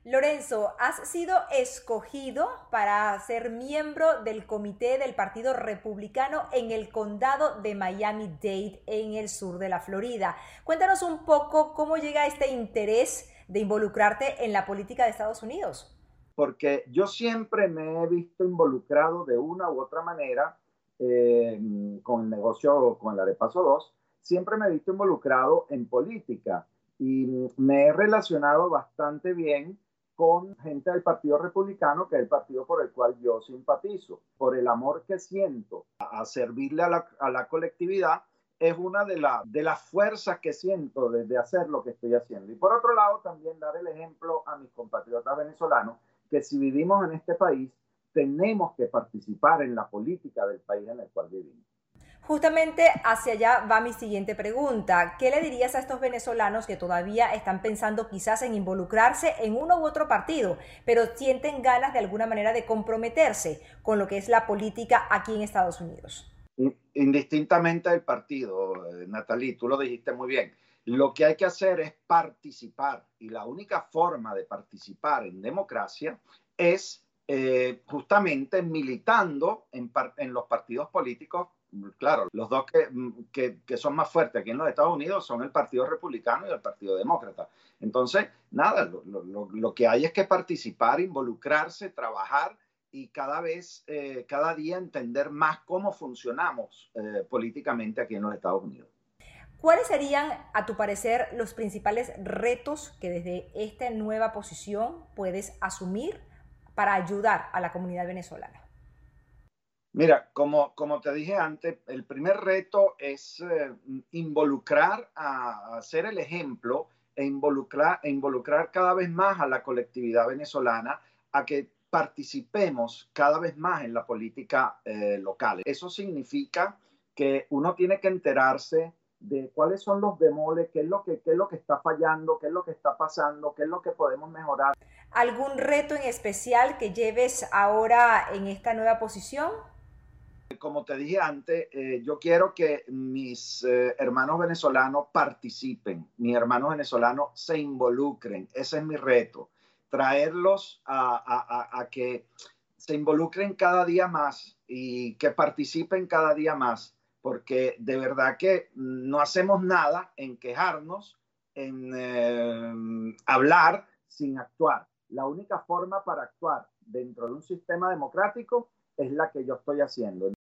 Lorenzo, has sido escogido para ser miembro del comité del Partido Republicano en el condado de Miami-Dade, en el sur de la Florida. Cuéntanos un poco cómo llega este interés de involucrarte en la política de Estados Unidos. Porque yo siempre me he visto involucrado de una u otra manera con el negocio, con el Arepaso 2, siempre me he visto involucrado en política y me he relacionado bastante bien con gente del Partido Republicano, que es el partido por el cual yo simpatizo, por el amor que siento a servirle a la colectividad. Es una de las fuerzas que siento de hacer lo que estoy haciendo. Y por otro lado, también dar el ejemplo a mis compatriotas venezolanos que si vivimos en este país, tenemos que participar en la política del país en el cual vivimos. Justamente hacia allá va mi siguiente pregunta. ¿Qué le dirías a estos venezolanos que todavía están pensando quizás en involucrarse en uno u otro partido, pero sienten ganas de alguna manera de comprometerse con lo que es la política aquí en Estados Unidos? Indistintamente del partido, Natalí, tú lo dijiste muy bien. Lo que hay que hacer es participar y la única forma de participar en democracia es justamente militando en los partidos políticos. Claro, los dos que son más fuertes aquí en los Estados Unidos son el Partido Republicano y el Partido Demócrata. Entonces, nada, lo que hay es que participar, involucrarse, trabajar y cada día entender más cómo funcionamos políticamente aquí en los Estados Unidos. ¿Cuáles serían, a tu parecer, los principales retos que desde esta nueva posición puedes asumir para ayudar a la comunidad venezolana? Mira, como te dije antes, el primer reto es involucrar a ser el ejemplo e involucrar cada vez más a la colectividad venezolana a que participemos cada vez más en la política local. Eso significa que uno tiene que enterarse de cuáles son los bemoles, qué es lo que está fallando, qué es lo que está pasando, qué es lo que podemos mejorar. ¿Algún reto en especial que lleves ahora en esta nueva posición? Como te dije antes, yo quiero que mis hermanos venezolanos participen, mis hermanos venezolanos se involucren. Ese es mi reto, traerlos a que se involucren cada día más y que participen cada día más, porque de verdad que no hacemos nada en quejarnos, en hablar sin actuar. La única forma para actuar dentro de un sistema democrático es la que yo estoy haciendo.